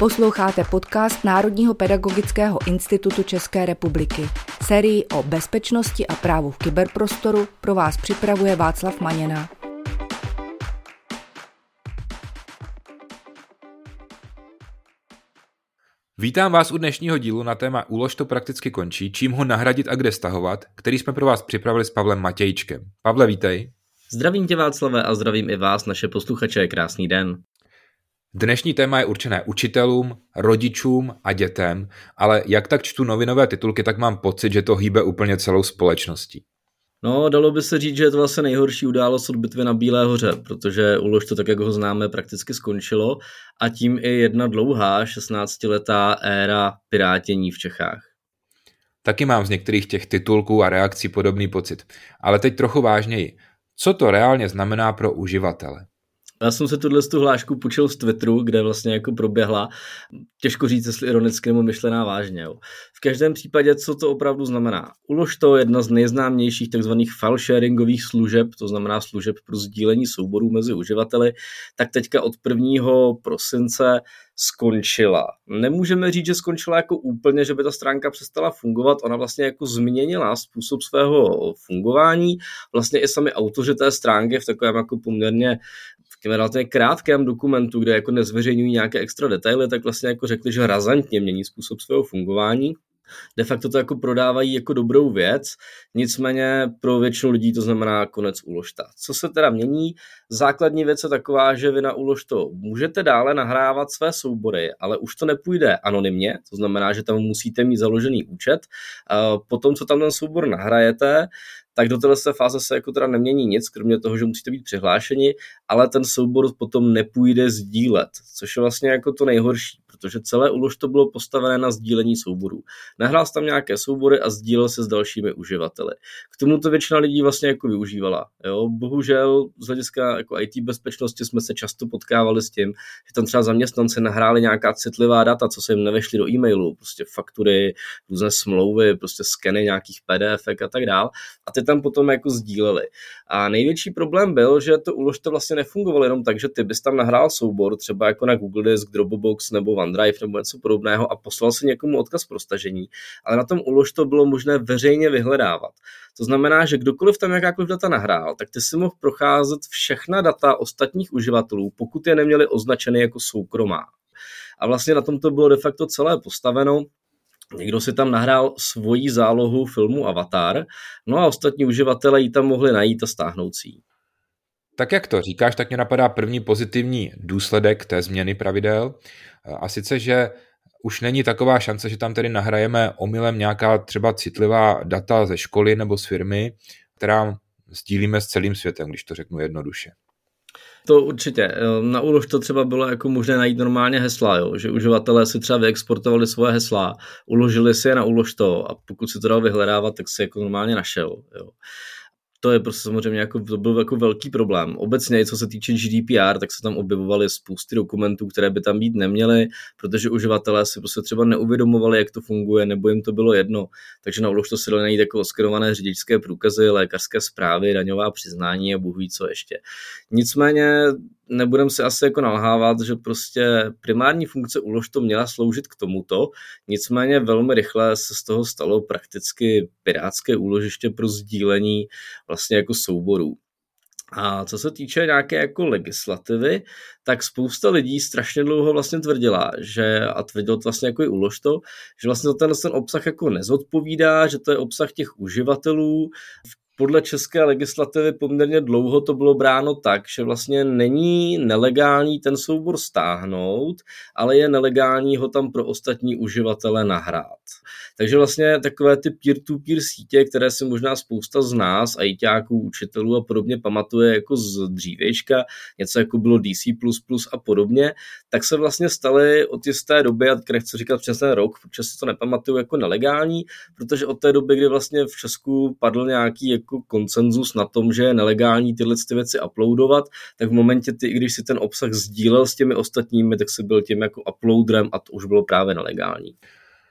Posloucháte podcast Národního pedagogického institutu České republiky. Sérii o bezpečnosti a právu v kyberprostoru pro vás připravuje Václav Maněna. Vítám vás u dnešního dílu na téma Ulož to prakticky končí, čím ho nahradit a kde stahovat, který jsme pro vás připravili s Pavlem Matějčkem. Pavle, vítej. Zdravím tě, Václave, a zdravím i vás, naše posluchače. Krásný den. Dnešní téma je určené učitelům, rodičům a dětem, ale jak tak čtu novinové titulky, tak mám pocit, že to hýbe úplně celou společností. No, dalo by se říct, že je to vlastně nejhorší událost od bitvy na Bílé hoře, protože Ulož to tak, jak ho známe, prakticky skončilo a tím i jedna dlouhá 16letá éra pirátění v Čechách. Taky mám z některých těch titulků a reakcí podobný pocit. Ale teď trochu vážněji. Co to reálně znamená pro uživatele? Já jsem se tu hlášku půjčil z Twitteru, kde vlastně jako proběhla. Těžko říct, jestli ironicky nebo myšlená vážně. Jo. V každém případě, co to opravdu znamená? Ulož to je jedna z nejznámějších takzvaných file sharingových služeb, to znamená služeb pro sdílení souborů mezi uživateli, tak teďka od 1. prosince skončila. Nemůžeme říct, že skončila jako úplně, že by ta stránka přestala fungovat, ona vlastně jako změnila způsob svého fungování, vlastně i sami autoři té stránky v takovém jako poměrně relativně krátkém dokumentu, kde jako nezveřejňují nějaké extra detaily, tak vlastně jako řekli, že razantně mění způsob svého fungování. De facto to jako prodávají jako dobrou věc, nicméně pro většinu lidí to znamená konec Uložta. Co se teda mění? Základní věc je taková, že vy na Uložto můžete dále nahrávat své soubory, ale už to nepůjde anonymně, to znamená, že tam musíte mít založený účet. Potom, co tam ten soubor nahrajete, tak do této fáze se jako teda nemění nic, kromě toho, že musíte být přihlášeni, ale ten soubor potom nepůjde sdílet, což je vlastně jako to nejhorší, protože celé Ulož to bylo postavené na sdílení souborů. Nahrál tam nějaké soubory a sdílel se s dalšími uživateli. K tomu to většina lidí vlastně jako využívala. Jo? Bohužel z hlediska jako IT bezpečnosti jsme se často potkávali s tím, že tam třeba zaměstnanci nahráli nějaká citlivá data, co se jim nevešly do e-mailu, prostě faktury, různé smlouvy, prostě skeny nějakých PDF a tak dál. A ty tam potom jako sdíleli. A největší problém byl, že to Ulož to vlastně nefungovalo jenom tak, že ty bys tam nahrál soubor, třeba jako na Google Disk, Dropbox nebo OneDrive nebo něco podobného a poslal si někomu odkaz pro stažení, ale na tom Ulož to bylo možné veřejně vyhledávat. To znamená, že kdokoliv tam jakákoliv data nahrál, tak ty si mohl procházet všechna data ostatních uživatelů, pokud je neměli označeny jako soukromá. A vlastně na tom to bylo de facto celé postaveno. Někdo si tam nahrál svoji zálohu filmu Avatar, no a ostatní uživatelé ji tam mohli najít a stáhnout si ji. Tak jak to říkáš, tak mě napadá první pozitivní důsledek té změny pravidel. A sice, že už není taková šance, že tam tedy nahrajeme omylem nějaká třeba citlivá data ze školy nebo z firmy, která sdílíme s celým světem, když to řeknu jednoduše. To určitě. Na Ulož to třeba bylo jako možné najít normálně hesla, jo? Že uživatelé si třeba vyexportovali svoje hesla, uložili si je na Ulož to a pokud si to dal vyhledávat, tak si jako normálně našel. Jo? To je prostě samozřejmě jako, to byl jako velký problém. Obecně, co se týče GDPR, tak se tam objevovaly spousty dokumentů, které by tam být neměly, protože uživatelé si prostě třeba neuvědomovali, jak to funguje, nebo jim to bylo jedno. Takže na Ulož to se dali najít jako oskenované řidičské průkazy, lékařské zprávy, daňová přiznání a bůh ví co ještě. Nicméně nebudem se asi jako nalhávat, že prostě primární funkce Ulož to měla sloužit k tomuto, nicméně velmi rychle se z toho stalo prakticky pirátské úložiště pro sdílení vlastně jako souborů. A co se týče nějaké jako legislativy, tak spousta lidí strašně dlouho vlastně tvrdila, a tvrdilo to vlastně jako i Ulož to, že vlastně ten obsah jako nezodpovídá, že to je obsah těch uživatelů. Podle české legislativy poměrně dlouho to bylo bráno tak, že vlastně není nelegální ten soubor stáhnout, ale je nelegální ho tam pro ostatní uživatele nahrát. Takže vlastně takové ty peer-to-peer sítě, které si možná spousta z nás, ajťáků, učitelů a podobně pamatuje jako z dřívějška, něco jako bylo DC++ a podobně, tak se vlastně staly od jisté doby, a nechci říkat přesný rok, protože si to nepamatuju, jako nelegální, protože od té doby, kdy vlastně v Česku padl nějaký jako konsenzus na tom, že je nelegální tyhle věci uploadovat, tak v momentě, když si ten obsah sdílel s těmi ostatními, tak si byl tím jako uploaderem a to už bylo právě nelegální.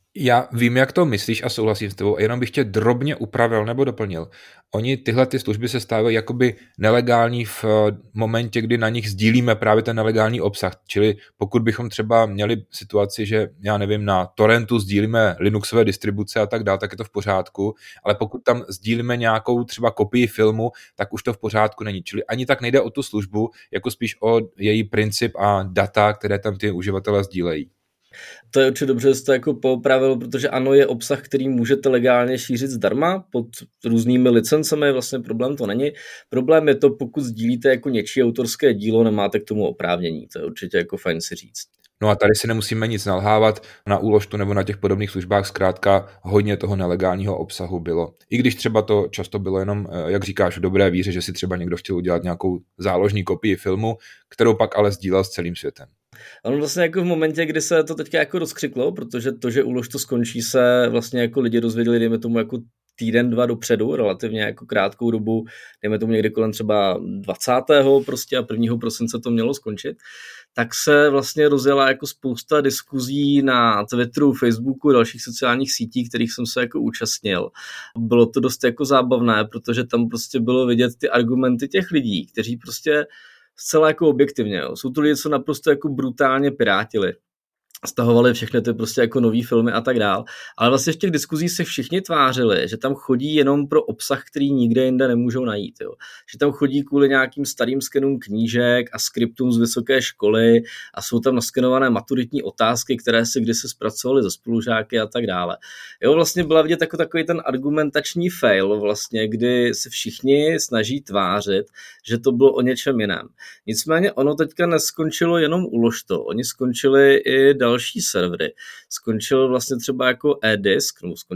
Já vím, jak to myslíš a souhlasím s tebou, a jenom bych tě drobně upravil nebo doplnil. Oni tyhle ty služby se stávají jakoby nelegální v momentě, kdy na nich sdílíme právě ten nelegální obsah. Čili pokud bychom třeba měli situaci, že já nevím, na torrentu sdílíme Linuxové distribuce a tak dále, tak je to v pořádku, ale pokud tam sdílíme nějakou třeba kopii filmu, tak už to v pořádku není. Čili ani tak nejde o tu službu, jako spíš o její princip a data, které tam ty uživatelé sdílejí. To je určitě dobře, že jsi to jako poopravil, protože ano, je obsah, který můžete legálně šířit zdarma pod různými licencemi, vlastně problém to není. Problém je to, pokud sdílíte jako něčí autorské dílo, nemáte k tomu oprávnění, to je určitě jako fajn si říct. No a tady si nemusíme nic nalhávat, na Úložtu nebo na těch podobných službách zkrátka hodně toho nelegálního obsahu bylo. I když třeba to často bylo jenom, jak říkáš, v dobré víře, že si třeba někdo chtěl udělat nějakou záložní kopii filmu, kterou pak ale sdílel s celým světem. Ono vlastně jako v momentě, kdy se to teďka jako rozkřiklo, protože to, že Úlož to skončí, se vlastně jako lidi dozvěděli, dejme tomu jako týden, dva dopředu, relativně jako krátkou dobu, dejme tomu někdy kolem třeba 20. prostě a 1. prosince to mělo skončit, tak se vlastně rozjela jako spousta diskuzí na Twitteru, Facebooku, dalších sociálních sítí, kterých jsem se jako účastnil. Bylo to dost jako zábavné, protože tam prostě bylo vidět ty argumenty těch lidí, kteří prostě zcela jako objektivně. Jo. Jsou to lidi, co naprosto jako brutálně pirátili. Stahovali všechny ty prostě jako nový filmy a tak dál. Ale vlastně v těch diskuzích se všichni tvářili, že tam chodí jenom pro obsah, který nikde jinde nemůžou najít. Jo. Že tam chodí kvůli nějakým starým skenům knížek a skriptům z vysoké školy a jsou tam naskenované maturitní otázky, které se kdysi zpracovaly ze spolužáky a tak dále. Jo, vlastně byla vidět jako takový ten argumentační fail vlastně, kdy se všichni snaží tvářit, že to bylo o něčem jiném. Nicméně ono teďka neskončilo jenom Uložto, oni skončili i další servery. Skončil vlastně třeba jako eDisk,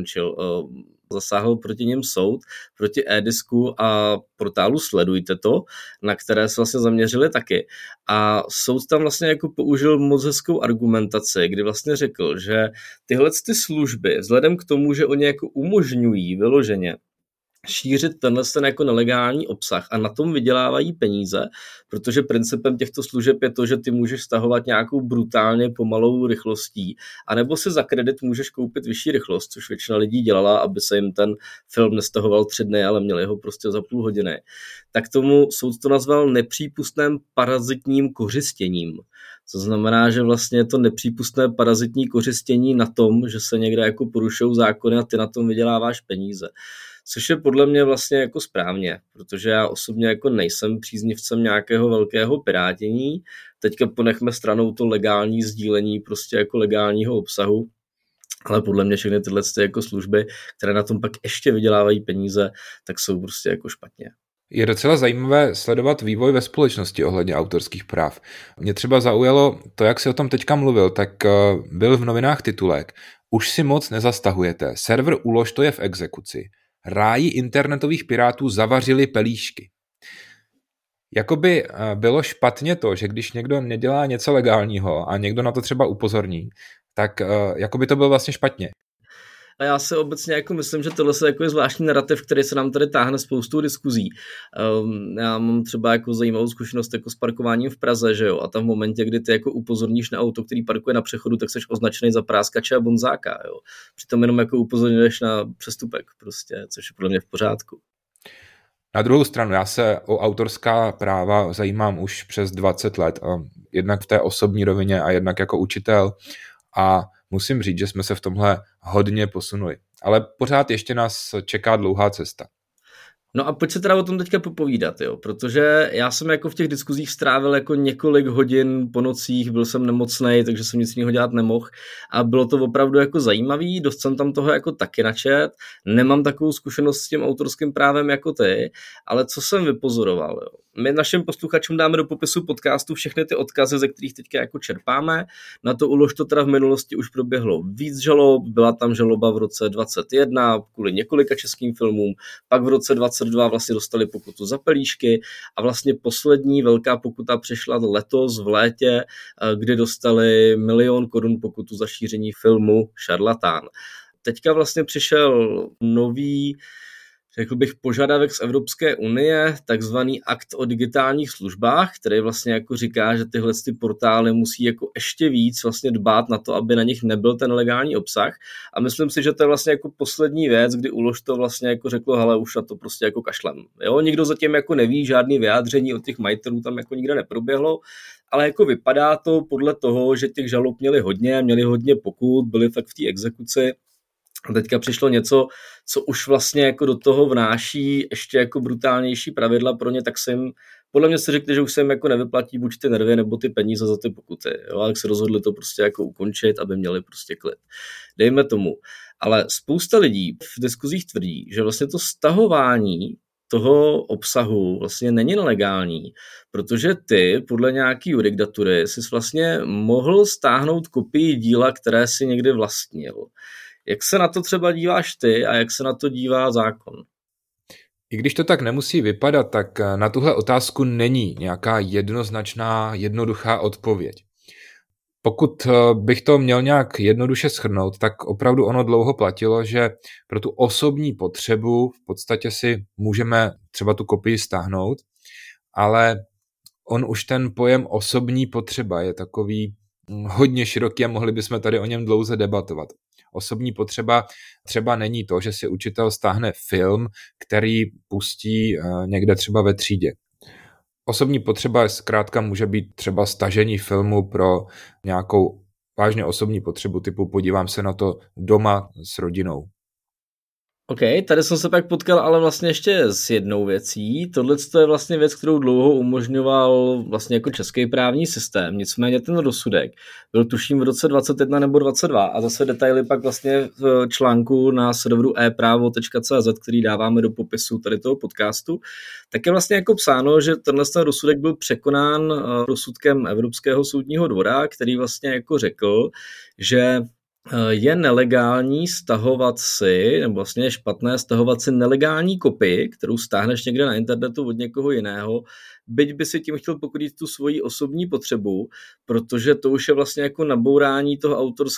zasáhl proti něm soud, proti eDisku a portálu Sledujte to, na které se vlastně zaměřili taky. A soud tam vlastně jako použil moc hezkou argumentaci, kdy vlastně řekl, že tyhle ty služby, vzhledem k tomu, že oni jako umožňují vyloženě šířit ten jako nelegální obsah a na tom vydělávají peníze, protože principem těchto služeb je to, že ty můžeš stahovat nějakou brutálně pomalou rychlostí, anebo si za kredit můžeš koupit vyšší rychlost, což většina lidí dělala, aby se jim ten film nestahoval 3 dny, ale měli ho prostě za půl hodiny. Tak tomu soud to nazval nepřípustným parazitním kořistěním. To znamená, že vlastně je to nepřípustné parazitní kořistění na tom, že se někde jako porušují zákony a ty na tom vyděláváš peníze. Což je podle mě vlastně jako správně, protože já osobně jako nejsem příznivcem nějakého velkého pirátění. Teďka ponechme stranou to legální sdílení prostě jako legálního obsahu, ale podle mě všechny tyhle jako služby, které na tom pak ještě vydělávají peníze, tak jsou prostě jako špatně. Je docela zajímavé sledovat vývoj ve společnosti ohledně autorských práv. Mě třeba zaujalo to, jak jsi o tom teďka mluvil, tak byl v novinách titulek: Už si moc nezastahujete, server Uložto je v exekuci. Ráji internetových pirátů zavařili pelíšky. Jakoby bylo špatně to, že když někdo nedělá něco legálního a někdo na to třeba upozorní, tak jakoby to bylo vlastně špatně. A já si obecně jako myslím, že tohle je jako zvláštní narrativ, který se nám tady táhne spoustou diskuzí. Já mám třeba jako zajímavou zkušenost jako s parkováním v Praze, že jo? A tam v momentě, kdy ty jako upozorníš na auto, který parkuje na přechodu, tak seš označený za práskače a bonzáka, jo? Přitom jenom jako upozorňuješ na přestupek prostě, což je podle mě v pořádku. Na druhou stranu, já se o autorská práva zajímám už přes 20 let, jednak v té osobní rovině a jednak jako učitel, a musím říct, že jsme se v tomhle hodně posunuli. Ale pořád ještě nás čeká dlouhá cesta. No a pojď se teda o tom teďka popovídat, jo, protože já jsem jako v těch diskuzích strávil jako několik hodin po nocích, byl jsem nemocnej, takže jsem nic jiného dělat nemohl a bylo to opravdu jako zajímavý, dost jsem tam toho jako taky načet, nemám takovou zkušenost s tím autorským právem jako ty, ale co jsem vypozoroval, jo. My našim posluchačům dáme do popisu podcastu všechny ty odkazy, ze kterých teďka jako čerpáme. Na to Uložto teda v minulosti už proběhlo víc žalob, byla tam žaloba v roce 2021 kvůli několika českým filmům, pak v roce 2022 vlastně dostali pokutu za pelíšky a vlastně poslední velká pokuta přišla letos v létě, kdy dostali 1 000 000 korun pokutu za šíření filmu Šarlatán. Teďka vlastně přišel nový řekl bych, požadavek z Evropské unie, takzvaný akt o digitálních službách, který vlastně jako říká, že tyhle ty portály musí jako ještě víc vlastně dbát na to, aby na nich nebyl ten legální obsah. A myslím si, že to je vlastně jako poslední věc, kdy Ulož to vlastně jako řeklo, hele, už na to prostě jako kašlem. Jo, nikdo zatím jako neví, žádný vyjádření od těch majitelů tam jako nikde neproběhlo, ale jako vypadá to podle toho, že těch žalob měli hodně pokut, byli fakt v té exekuci. A teďka přišlo něco, co už vlastně jako do toho vnáší ještě jako brutálnější pravidla pro ně, tak se jim, podle mě se řekli, že už se jim jako nevyplatí buď ty nervy nebo ty peníze za ty pokuty. Jo? A tak se rozhodli to prostě jako ukončit, aby měli prostě klid. Dejme tomu. Ale spousta lidí v diskuzích tvrdí, že vlastně to stahování toho obsahu vlastně není nelegální, protože ty podle nějaký judikatury jsi vlastně mohl stáhnout kopii díla, které si někdy vlastnil. Jak se na to třeba díváš ty a jak se na to dívá zákon? I když to tak nemusí vypadat, tak na tuhle otázku není nějaká jednoznačná, jednoduchá odpověď. Pokud bych to měl nějak jednoduše shrnout, tak opravdu ono dlouho platilo, že pro tu osobní potřebu v podstatě si můžeme třeba tu kopii stáhnout, ale on už ten pojem osobní potřeba je takový hodně široký a mohli bychom tady o něm dlouze debatovat. Osobní potřeba třeba není to, že si učitel stáhne film, který pustí někde třeba ve třídě. Osobní potřeba zkrátka může být třeba stažení filmu pro nějakou vážně osobní potřebu typu podívám se na to doma s rodinou. OK, tady jsem se pak potkal ale vlastně ještě s jednou věcí. Tohle je vlastně věc, kterou dlouho umožňoval vlastně jako český právní systém. Nicméně ten rozsudek byl tuším v roce 21 nebo 22 a zase detaily pak vlastně v článku na serveru epravo.cz, který dáváme do popisu tady toho podcastu, tak je vlastně jako psáno, že tenhle rozsudek byl překonán rozsudkem Evropského soudního dvora, který vlastně jako řekl, že je nelegální stahovat si, nebo vlastně je špatné stahovat si nelegální kopii, kterou stáhneš někde na internetu od někoho jiného, byť by si tím chtěl pokrýt tu svoji osobní potřebu, protože to už je vlastně jako nabourání toho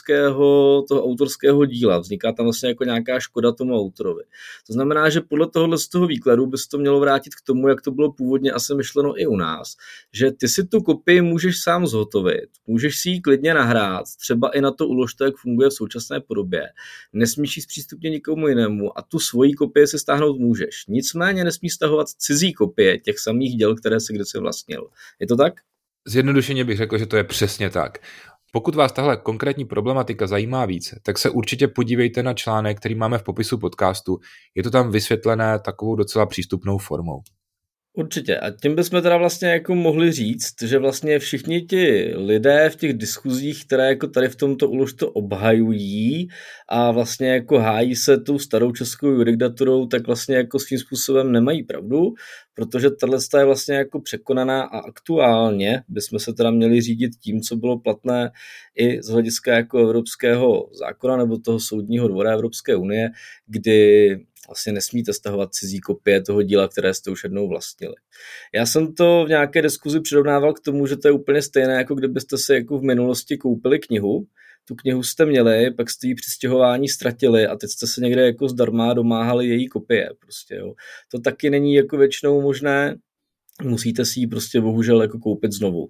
autorského díla. Vzniká tam vlastně jako nějaká škoda tomu autorovi. To znamená, že podle tohohle z toho výkladu by se to mělo vrátit k tomu, jak to bylo původně asi myšleno i u nás, že ty si tu kopii můžeš sám zhotovit, můžeš si ji klidně nahrát, třeba i na to Uložte, jak funguje v současné podobě. Nesmíš ji zpřístupnit nikomu jinému a tu svoji kopii si stáhnout můžeš. Nicméně nesmíš stahovat cizí kopie těch samých děl, které si kdysi vlastnil. Je to tak? Zjednodušeně bych řekl, že to je přesně tak. Pokud vás tahle konkrétní problematika zajímá více, tak se určitě podívejte na článek, který máme v popisu podcastu. Je to tam vysvětlené takovou docela přístupnou formou. Určitě. A tím bychom teda vlastně jako mohli říct, že vlastně všichni ti lidé v těch diskuzích, které jako tady v tomto Uložte obhajují a vlastně jako hájí se tou starou českou judikaturou, tak vlastně jako svým způsobem nemají pravdu, protože tahle je vlastně jako překonaná a aktuálně bychom se teda měli řídit tím, co bylo platné i z hlediska jako evropského zákona nebo toho soudního dvora Evropské unie, kdy vlastně nesmíte stahovat cizí kopie toho díla, které jste už jednou vlastnili. Já jsem to v nějaké diskuzi přirovnával k tomu, že to je úplně stejné, jako kdybyste si jako v minulosti koupili knihu. Tu knihu jste měli, pak jste ji při stěhování ztratili a teď jste se někde jako zdarma domáhali její kopie. Prostě, jo. To taky není jako většinou možné, musíte si ji prostě bohužel jako koupit znovu.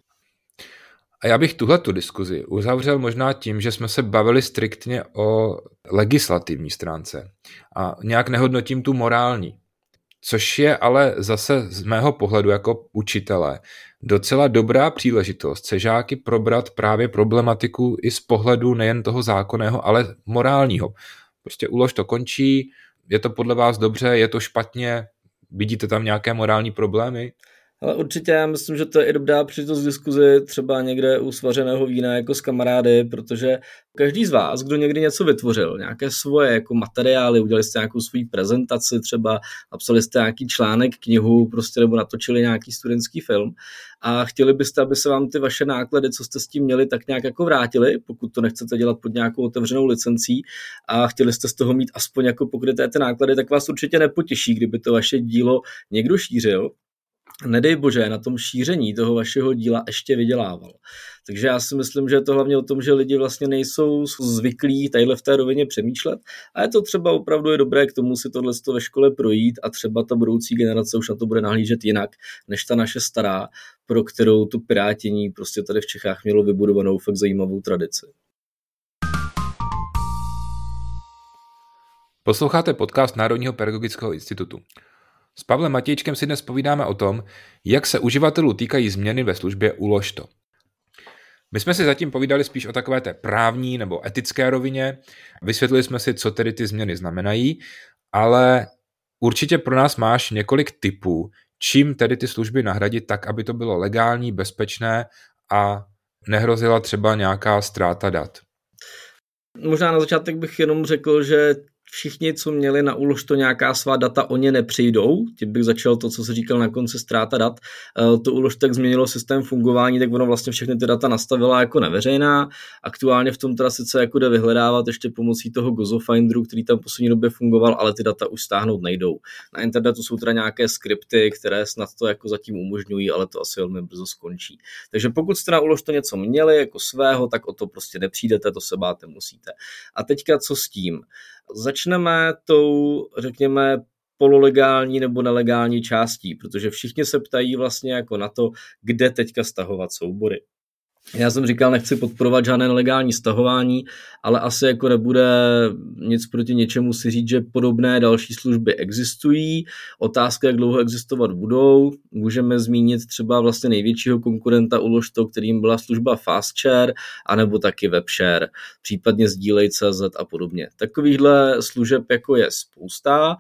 A já bych tuhletu diskuzi uzavřel možná tím, že jsme se bavili striktně o legislativní stránce a nějak nehodnotím tu morální. Což je ale zase z mého pohledu jako učitele docela dobrá příležitost se žáky probrat právě problematiku i z pohledu nejen toho zákonného, ale morálního. Prostě Ulož to končí, je to podle vás dobře, je to špatně, vidíte tam nějaké morální problémy? Ale určitě já myslím, že to je i dobrá příležitost diskuzi třeba někde u svařeného vína jako s kamarády, protože každý z vás, kdo někdy něco vytvořil, nějaké svoje jako materiály, udělali jste nějakou svou prezentaci, třeba napsali jste nějaký článek, knihu, prostě nebo natočili nějaký studentský film a chtěli byste, aby se vám ty vaše náklady, co jste s tím měli, tak nějak jako vrátili, pokud to nechcete dělat pod nějakou otevřenou licencí a chtěli jste z toho mít aspoň jako pokryté ty náklady, tak vás určitě nepotěší, kdyby to vaše dílo někdo šířil. nedej bože, na tom šíření toho vašeho díla ještě vydělával. Takže já si myslím, že je to hlavně o tom, že lidi vlastně nejsou zvyklí tadyhle v té rovině přemýšlet a je to třeba opravdu je dobré k tomu si tohle ve škole projít a třeba ta budoucí generace už na to bude nahlížet jinak, než ta naše stará, pro kterou tu pirátění prostě tady v Čechách mělo vybudovanou fakt zajímavou tradici. Posloucháte podcast Národního pedagogického institutu. S Pavlem Matějčkem si dnes povídáme o tom, jak se uživatelů týkají změny ve službě Ulož to. My jsme si zatím povídali spíš o takové té právní nebo etické rovině, vysvětlili jsme si, co tedy ty změny znamenají, ale určitě pro nás máš několik tipů, čím tedy ty služby nahradit tak, aby to bylo legální, bezpečné a nehrozila třeba nějaká ztráta dat. Možná na začátek bych jenom řekl, že všichni, co měli na Ulož to nějaká svá data, o ně nepřijdou. Tím bych začal to, co jsi říkal na konci, ztráta dat. To Ulož tak změnilo systém fungování, tak ono vlastně všechny ty data nastavila jako neveřejná. Aktuálně v tom teda sice jako jde vyhledávat ještě pomocí toho Gozofinderu, který tam v poslední době fungoval, ale ty data už stáhnout nejdou. Na internetu jsou teda nějaké skripty, které snad to jako zatím umožňují, ale to asi velmi brzo skončí. Takže pokud jste na Ulož to něco měli jako svého, tak o to prostě nepřijdete, to se bát nemusíte. A teďka co s tím? Začneme tou, řekněme, pololegální nebo nelegální částí, protože všichni se ptají vlastně jako na to, kde teďka stahovat soubory. Já jsem říkal, nechci podporovat žádné nelegální stahování, ale asi jako nebude nic proti něčemu si říct, že podobné další služby existují. Otázka, jak dlouho existovat budou. Můžeme zmínit třeba vlastně největšího konkurenta Ulož to, kterým byla služba FastShare, anebo taky WebShare, případně Sdílej.cz a podobně. Takovýchhle služeb jako je spousta,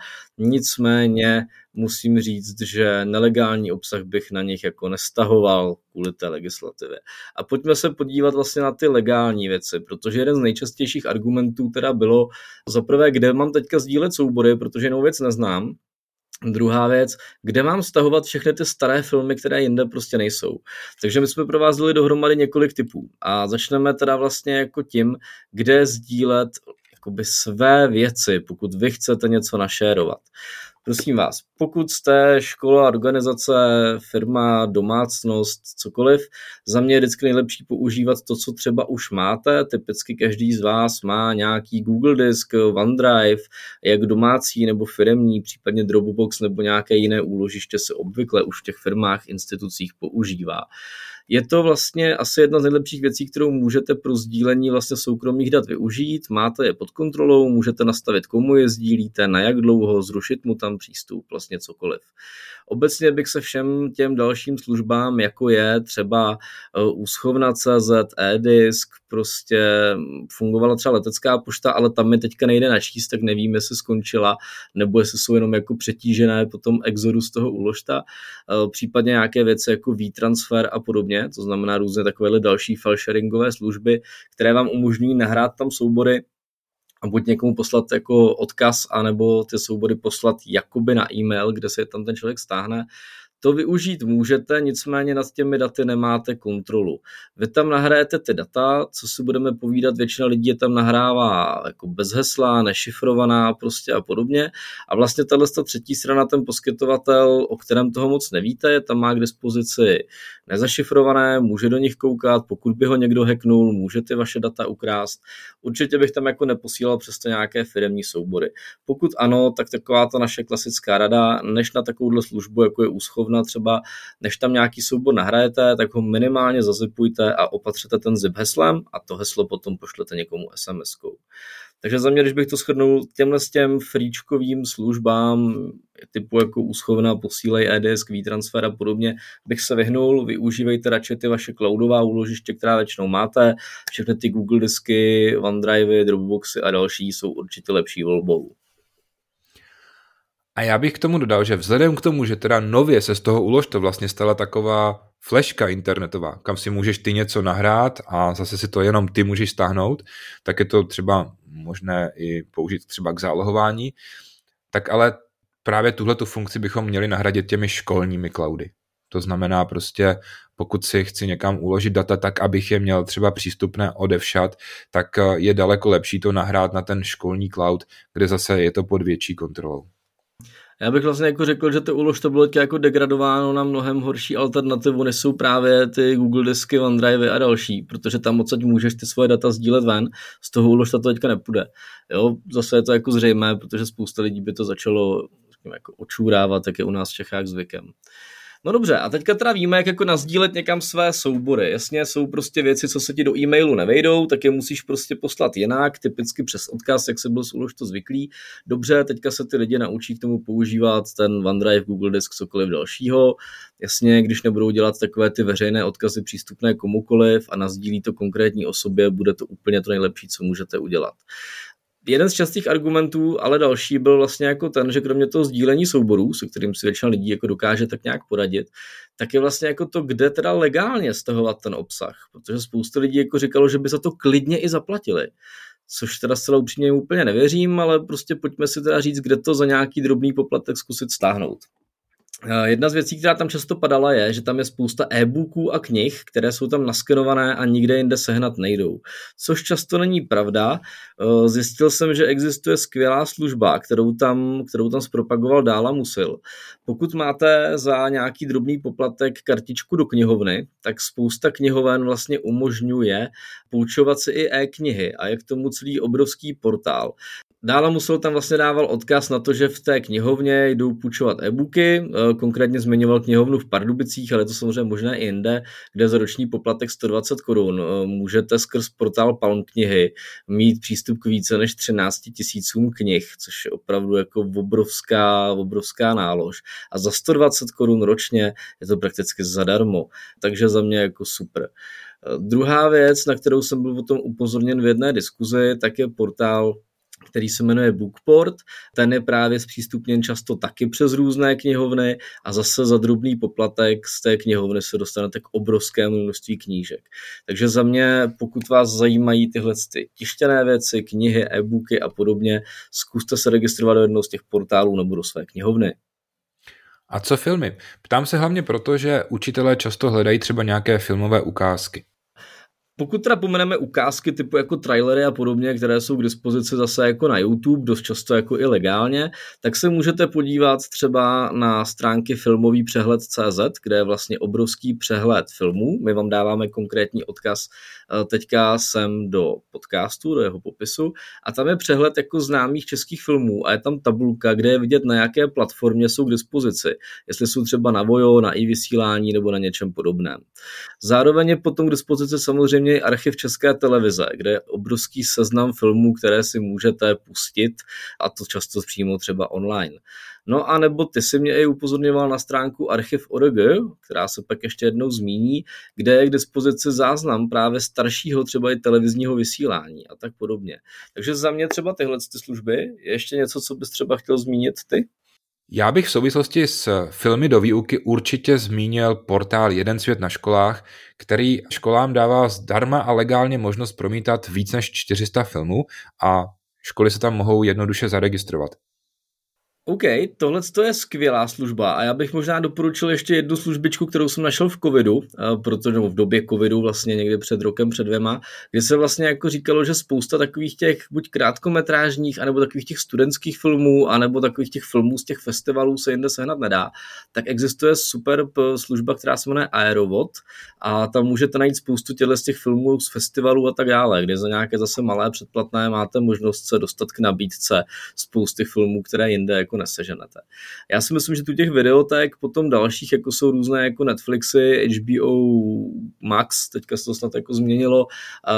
nicméně musím říct, že nelegální obsah bych na nich jako nestahoval kvůli té legislativě. A pojďme se podívat vlastně na ty legální věci, protože jeden z nejčastějších argumentů teda bylo za prvé, kde mám teďka sdílet soubory, protože jinou věc neznám. Druhá věc, kde mám stahovat všechny ty staré filmy, které jinde prostě nejsou. Takže my jsme pro vás dali dohromady několik typů a začneme teda vlastně jako tím, kde sdílet jakoby své věci, pokud vy chcete něco našérovat. Prosím vás, pokud jste škola, organizace, firma, domácnost, cokoliv, za mě je vždycky nejlepší používat to, co třeba už máte. Typicky každý z vás má nějaký Google Disk, OneDrive, jak domácí nebo firemní, případně Dropbox nebo nějaké jiné úložiště se obvykle už v těch firmách, institucích používá. Je to vlastně asi jedna z nejlepších věcí, kterou můžete pro sdílení vlastně soukromých dat využít. Máte je pod kontrolou, můžete nastavit, komu je sdílíte, na jak dlouho, zrušit mu tam přístup, vlastně cokoliv. Obecně bych se všem těm dalším službám, jako je třeba úschovna.cz, eDisk, prostě fungovala třeba letecká pošta, ale tam mi teďka nejde načíst, tak nevím, jestli skončila, nebo jestli jsou jenom jako přetížené po tom exodu z toho Uložta. Případně nějaké věci jako WeTransfer a podobně, to znamená různé takovéhle další filesharingové služby, které vám umožňují nahrát tam soubory a buď někomu poslat jako odkaz, anebo ty soubory poslat jakoby na e-mail, kde se tam ten člověk stáhne. To využít můžete, nicméně nad těmi daty nemáte kontrolu. Vy tam nahrajete ty data, co si budeme povídat, většina lidí je tam nahrává jako bez hesla, nešifrovaná prostě a podobně. A vlastně tahle třetí strana, ten poskytovatel, o kterém toho moc nevíte, tam má k dispozici nezašifrované, může do nich koukat, pokud by ho někdo hacknul, může ty vaše data ukrást. Určitě bych tam jako neposílal přesto nějaké firemní soubory. Pokud ano, tak taková ta naše klasická rada, než na takovouhle službu, jako je úschovna třeba, než tam nějaký soubor nahrajete, tak ho minimálně zazipujte a opatřete ten zip heslem a to heslo potom pošlete někomu SMS-kou. Takže za mě, když bych to shrnul, těm fríčkovým službám typu jako úschovna, posílej eDisk, WeTransfer a podobně, bych se vyhnul, využívejte radši ty vaše cloudová úložiště, která většinou máte, všechny ty Google disky, OneDrive, Dropboxy a další jsou určitě lepší volbou. A já bych k tomu dodal, že vzhledem k tomu, že teda nově se z toho Ulož to vlastně stala taková fleška internetová, kam si můžeš ty něco nahrát a zase si to jenom ty můžeš stáhnout, tak je to třeba možné i použít třeba k zálohování, tak ale právě tuhletu funkci bychom měli nahradit těmi školními cloudy. To znamená prostě, pokud si chci někam uložit data tak, abych je měl třeba přístupné odevšad, tak je daleko lepší to nahrát na ten školní cloud, kde zase je to pod větší kontrolou. Já bych vlastně jako řekl, že to Ulož to bylo jako degradováno na mnohem horší alternativu, než jsou právě ty Google Disky, OneDrive a další, protože tam odsaď můžeš ty svoje data sdílet ven, z toho Ulož to teďka nepůjde. Jo, zase je to jako zřejmé, protože spousta lidí by to začalo jako očůrávat, jak je u nás v Čechách zvykem. No dobře, a teďka teda víme, jak jako nasdílet někam své soubory. Jasně, jsou prostě věci, co se ti do e-mailu nevejdou, tak je musíš prostě poslat jinak, typicky přes odkaz, jak se byl s Ulož to zvyklý. Dobře, teďka se ty lidi naučí k tomu používat ten OneDrive, Google Disk, cokoliv dalšího. Jasně, když nebudou dělat takové ty veřejné odkazy přístupné komukoliv a nasdílí to konkrétní osobě, bude to úplně to nejlepší, co můžete udělat. Jeden z častých argumentů, ale další byl vlastně jako ten, že kromě toho sdílení souborů, se kterým si většina lidí jako dokáže tak nějak poradit, tak je vlastně jako to, kde teda legálně stahovat ten obsah, protože spousta lidí jako říkalo, že by za to klidně i zaplatili. Což teda zcela upřímně úplně nevěřím, ale prostě pojďme si teda říct, kde to za nějaký drobný poplatek zkusit stáhnout. Jedna z věcí, která tam často padala, je, že tam je spousta e-booků a knih, které jsou tam naskenované a nikde jinde sehnat nejdou. Což často není pravda. Zjistil jsem, že existuje skvělá služba, kterou tam zpropagoval Dála Musil. Pokud máte za nějaký drobný poplatek kartičku do knihovny, tak spousta knihoven vlastně umožňuje půjčovat si i e-knihy a je k tomu celý obrovský portál. Dále Musil tam vlastně dával odkaz na to, že v té knihovně jdou půjčovat e-booky, konkrétně zmiňoval knihovnu v Pardubicích, ale to samozřejmě možné i jinde, kde za roční poplatek 120 Kč můžete skrz portál Palm knihy mít přístup k více než 13 000 knih, což je opravdu jako obrovská nálož. A za 120 Kč ročně je to prakticky zadarmo, takže za mě jako super. Druhá věc, na kterou jsem byl potom upozorněn v jedné diskuzi, tak je portál, který se jmenuje Bookport. Ten je právě zpřístupněn často taky přes různé knihovny a zase za drobný poplatek z té knihovny se dostanete k obrovskému množství knížek. Takže za mě, pokud vás zajímají tyhle tištěné věci, knihy, e-booky a podobně, zkuste se registrovat do jednoho z těch portálů nebo do své knihovny. A co filmy? Ptám se hlavně proto, že učitelé často hledají třeba nějaké filmové ukázky. Pokud teda pomeneme ukázky typu jako trailery a podobně, které jsou k dispozici zase jako na YouTube, dost často jako i legálně, tak se můžete podívat třeba na stránky filmovýpřehled.cz, kde je vlastně obrovský přehled filmů. My vám dáváme konkrétní odkaz teďka sem do podcastu, do jeho popisu a tam je přehled jako známých českých filmů a je tam tabulka, kde je vidět, na jaké platformě jsou k dispozici, jestli jsou třeba na Vojo, na iVysílání nebo na něčem podobném. Zároveň je potom k dispozici samozřejmě i archiv České televize, kde je obrovský seznam filmů, které si můžete pustit a to často přímo třeba online. No a nebo ty si mě i upozorňoval na stránku Archiv.org, která se pak ještě jednou zmíní, kde je k dispozici záznam právě staršího třeba i televizního vysílání a tak podobně. Takže za mě třeba tyhle služby. Je ještě něco, co bys třeba chtěl zmínit ty? Já bych v souvislosti s filmy do výuky určitě zmínil portál Jeden svět na školách, který školám dává zdarma a legálně možnost promítat víc než 400 filmů a školy se tam mohou jednoduše zaregistrovat. OK, tohle je skvělá služba a já bych možná doporučil ještě jednu službičku, kterou jsem našel v covidu, protože v době covidu vlastně někdy před rokem, před 2, kdy se vlastně jako říkalo, že spousta takových těch buď krátkometrážních, anebo takových těch studentských filmů, anebo takových těch filmů z těch festivalů se jinde sehnat nedá, tak existuje super služba, která se jmenuje Aerovod a tam můžete najít spoustu z těch filmů z festivalů a tak dále, kde za nějaké zase malé předplatné máte možnost se dostat k nabídce spousty filmů, které jinde jako neseženete. Já si myslím, že tu těch videoték potom dalších, jako jsou různé jako Netflixy, HBO Max, teďka se to snad jako změnilo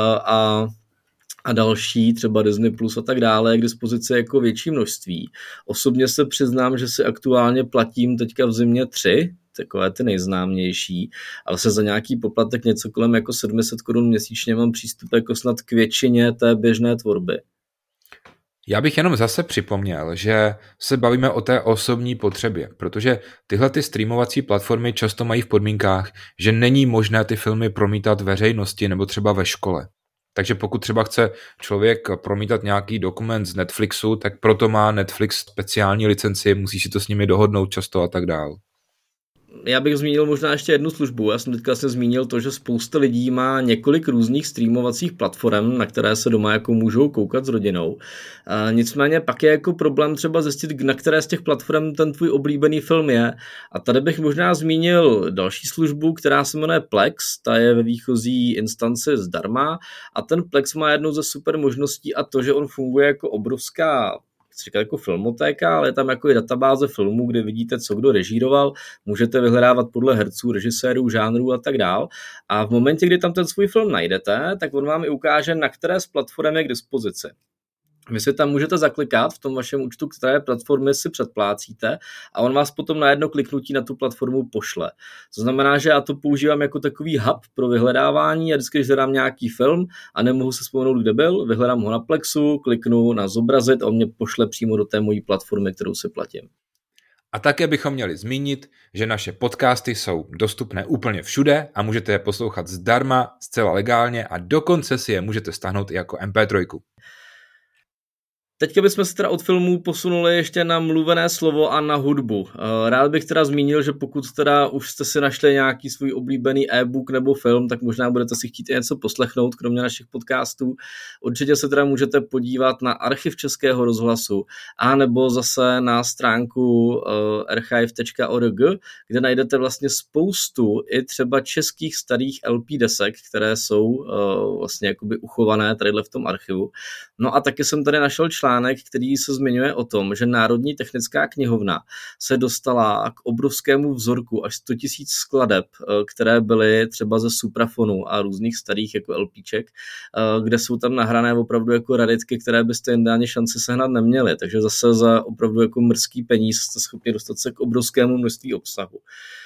a další, třeba Disney Plus a tak dále, je k dispozici jako větší množství. Osobně se přiznám, že si aktuálně platím teďka v zimě 3, takové ty nejznámější, ale se za nějaký poplatek něco kolem jako 700 Kč měsíčně mám přístup jako snad k většině té běžné tvorby. Já bych jenom zase připomněl, že se bavíme o té osobní potřebě, protože tyhle ty streamovací platformy často mají v podmínkách, že není možné ty filmy promítat veřejnosti nebo třeba ve škole. Takže pokud třeba chce člověk promítat nějaký dokument z Netflixu, tak proto má Netflix speciální licenci, musí si to s nimi dohodnout často a tak dál. Já bych zmínil možná ještě jednu službu. Já jsem teďka zmínil to, že spousta lidí má několik různých streamovacích platform, na které se doma jako můžou koukat s rodinou. Nicméně pak je jako problém třeba zjistit, na které z těch platform ten tvůj oblíbený film je. A tady bych možná zmínil další službu, která se jmenuje Plex. Ta je ve výchozí instanci zdarma a ten Plex má jednu ze super možností a to, že on funguje jako obrovská říkat jako filmotéka, ale je tam jako i databáze filmů, kde vidíte, co kdo režíroval, můžete vyhledávat podle herců, režisérů, žánrů a tak dál. A v momentě, kdy tam ten svůj film najdete, tak on vám i ukáže, na které z platform je k dispozici. Vy si tam můžete zaklikat v tom vašem účtu, které platformy si předplácíte a on vás potom na jedno kliknutí na tu platformu pošle. To znamená, že já to používám jako takový hub pro vyhledávání a vždycky, když hledám nějaký film a nemohu se vzpomenout, kde byl, vyhledám ho na Plexu, kliknu na zobrazit a on mě pošle přímo do té mojí platformy, kterou si platím. A také bychom měli zmínit, že naše podcasty jsou dostupné úplně všude a můžete je poslouchat zdarma, zcela legálně a dokonce si je můžete stáhnout i jako MP3. Teďka bychom se teda od filmů posunuli ještě na mluvené slovo a na hudbu. Rád bych teda zmínil, že pokud teda už jste si našli nějaký svůj oblíbený e-book nebo film, tak možná budete si chtít něco poslechnout, kromě našich podcastů. Určitě se teda můžete podívat na archiv Českého rozhlasu a nebo zase na stránku archive.org, kde najdete vlastně spoustu i třeba českých starých LP desek, které jsou vlastně jakoby uchované tadyhle v tom archivu. No a taky jsem tady našel článek, který se zmiňuje o tom, že Národní technická knihovna se dostala k obrovskému vzorku až 100 000 skladeb, které byly třeba ze suprafonu a různých starých jako LPček, kde jsou tam nahrané opravdu jako raritky, které byste jen ani šanci sehnat neměli. Takže zase za opravdu jako mrzký peníz jste schopni dostat se k obrovskému množství obsahu.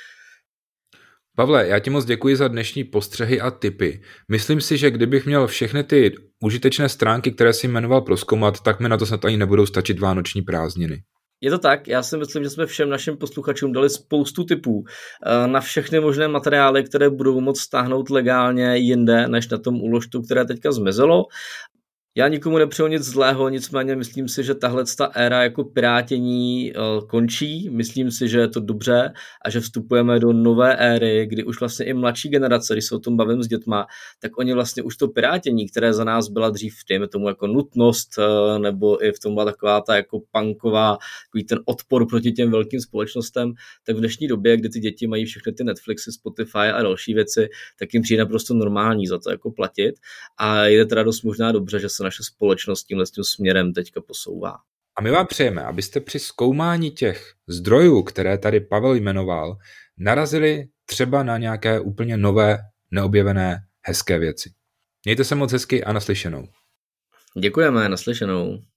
Pavle, já ti moc děkuji za dnešní postřehy a tipy. Myslím si, že kdybych měl všechny ty užitečné stránky, které jsi jmenoval, prozkoumat, tak mi na to snad ani nebudou stačit vánoční prázdniny. Je to tak, já si myslím, že jsme všem našim posluchačům dali spoustu tipů na všechny možné materiály, které budou moct stáhnout legálně jinde, než na tom úložtu, které teďka zmizelo. Já nikomu nepřeju nic zlého, nicméně myslím si, že tahle éra jako pirátění končí. Myslím si, že je to dobře a že vstupujeme do nové éry, kdy už vlastně i mladší generace, když se o tom bavím s dětma, tak oni vlastně už to pirátění, které za nás byla dřív, dejme tomu jako nutnost, nebo i v tom byla taková ta jako punková, takový ten odpor proti těm velkým společnostem, tak v dnešní době, kdy ty děti mají všechny ty Netflixy, Spotify a další věci, tak jim přijde naprosto normální za to jako platit a je teda dost možná dobře, že se naše společnost tímhle směrem teďka posouvá. A my vám přejeme, abyste při zkoumání těch zdrojů, které tady Pavel jmenoval, narazili třeba na nějaké úplně nové, neobjevené, hezké věci. Mějte se moc hezky a naslyšenou. Děkujeme, naslyšenou.